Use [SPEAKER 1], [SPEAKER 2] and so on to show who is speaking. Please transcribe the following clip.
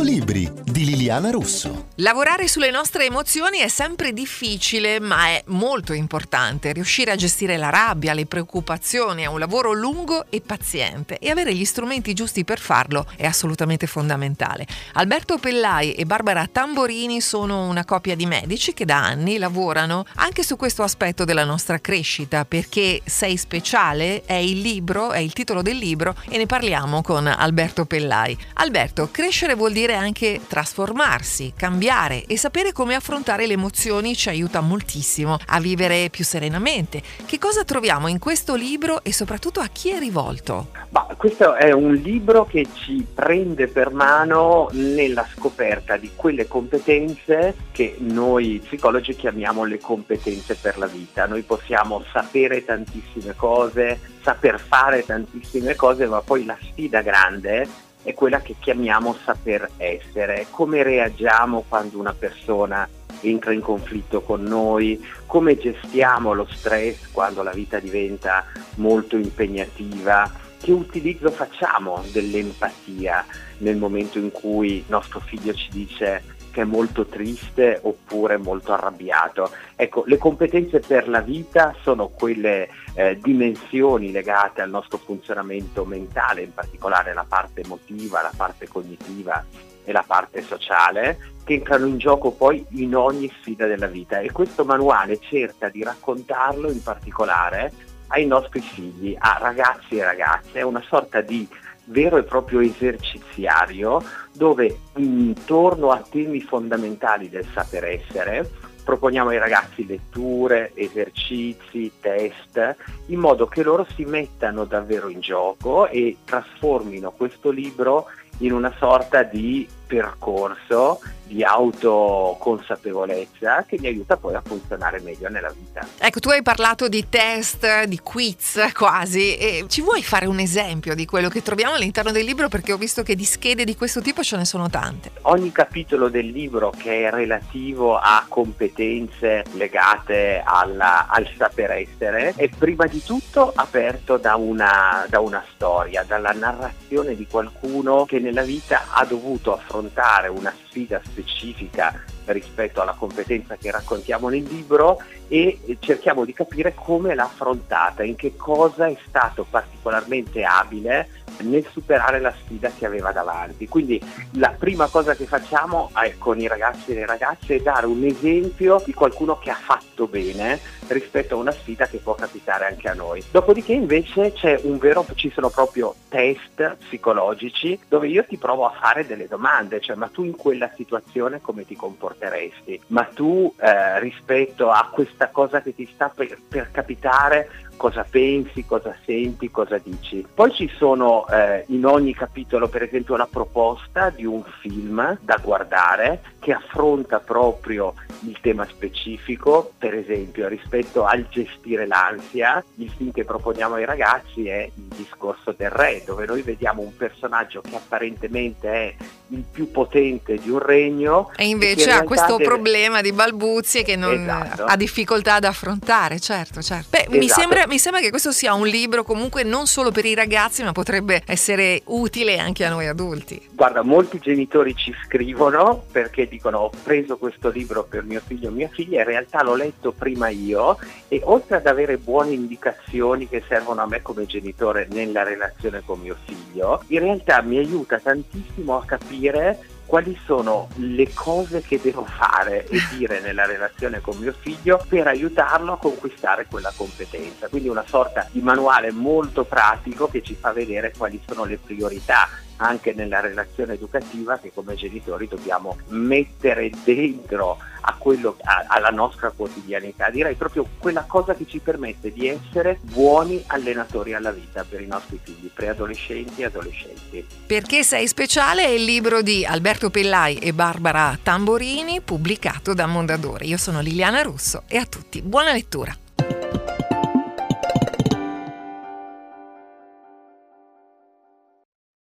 [SPEAKER 1] Libri di Liliana Russo.
[SPEAKER 2] Lavorare sulle nostre emozioni è sempre difficile, ma è molto importante. Riuscire a gestire la rabbia, le preoccupazioni è un lavoro lungo e paziente e avere gli strumenti giusti per farlo è assolutamente fondamentale. Alberto Pellai e Barbara Tamborini sono una coppia di medici che da anni lavorano anche su questo aspetto della nostra crescita, perché Sei speciale è il titolo del libro e ne parliamo con Alberto Pellai. Alberto, crescere vuol dire anche trasformarsi, cambiare e sapere come affrontare le emozioni ci aiuta moltissimo a vivere più serenamente. Che cosa troviamo in questo libro e soprattutto a chi è rivolto?
[SPEAKER 3] Questo è un libro che ci prende per mano nella scoperta di quelle competenze che noi psicologi chiamiamo le competenze per la vita. Noi possiamo sapere tantissime cose, saper fare tantissime cose, ma poi la sfida grande è quella che chiamiamo saper essere. Come reagiamo quando una persona entra in conflitto con noi, come gestiamo lo stress quando la vita diventa molto impegnativa, che utilizzo facciamo dell'empatia nel momento in cui nostro figlio ci dice che è molto triste oppure molto arrabbiato. Ecco, le competenze per la vita sono quelle dimensioni legate al nostro funzionamento mentale, in particolare la parte emotiva, la parte cognitiva e la parte sociale, che entrano in gioco poi in ogni sfida della vita, e questo manuale cerca di raccontarlo in particolare ai nostri figli, a ragazzi e ragazze. È una sorta di vero e proprio eserciziario dove intorno a temi fondamentali del saper essere proponiamo ai ragazzi letture, esercizi, test, in modo che loro si mettano davvero in gioco e trasformino questo libro in una sorta di percorso di autoconsapevolezza che mi aiuta poi a funzionare meglio nella vita.
[SPEAKER 2] Ecco, tu hai parlato di test, di quiz quasi, e ci vuoi fare un esempio di quello che troviamo all'interno del libro? Perché ho visto che di schede di questo tipo ce ne sono tante.
[SPEAKER 3] Ogni capitolo del libro che è relativo a competenze legate al saper essere è prima di tutto aperto da una storia, dalla narrazione di qualcuno che nella vita ha dovuto affrontare una sfida specifica rispetto alla competenza che raccontiamo nel libro, e cerchiamo di capire come l'ha affrontata, in che cosa è stato particolarmente abile nel superare la sfida che aveva davanti. Quindi la prima cosa che facciamo con i ragazzi e le ragazze è dare un esempio di qualcuno che ha fatto bene rispetto a una sfida che può capitare anche a noi. Dopodiché invece ci sono proprio test psicologici dove io ti provo a fare delle domande, cioè: ma tu in quella situazione come ti comporteresti? Ma tu rispetto a questa cosa che ti sta per capitare, cosa pensi, cosa senti, cosa dici? Poi ci sono in ogni capitolo per esempio la proposta di un film da guardare che affronta proprio il tema specifico. Per esempio, rispetto al gestire l'ansia, il film che proponiamo ai ragazzi è Il discorso del re, dove noi vediamo un personaggio che apparentemente è il più potente di un regno
[SPEAKER 2] e invece ha questo problema di balbuzie che non ha difficoltà ad affrontare. Certo. Beh,
[SPEAKER 3] esatto.
[SPEAKER 2] Mi sembra che questo sia un libro comunque non solo per i ragazzi, ma potrebbe essere utile anche a noi adulti.
[SPEAKER 3] Guarda, molti genitori ci scrivono perché dicono: ho preso questo libro per mio figlio o mia figlia, in realtà l'ho letto prima io, e oltre ad avere buone indicazioni che servono a me come genitore nella relazione con mio figlio, in realtà mi aiuta tantissimo a capire quali sono le cose che devo fare e dire nella relazione con mio figlio per aiutarlo a conquistare quella competenza. Quindi una sorta di manuale molto pratico che ci fa vedere quali sono le priorità anche nella relazione educativa che come genitori dobbiamo mettere dentro alla nostra quotidianità. Direi proprio quella cosa che ci permette di essere buoni allenatori alla vita per i nostri figli, preadolescenti e adolescenti.
[SPEAKER 2] Perché Sei speciale è il libro di Alberto Pellai e Barbara Tamborini, pubblicato da Mondadori. Io sono Liliana Russo e a tutti buona lettura.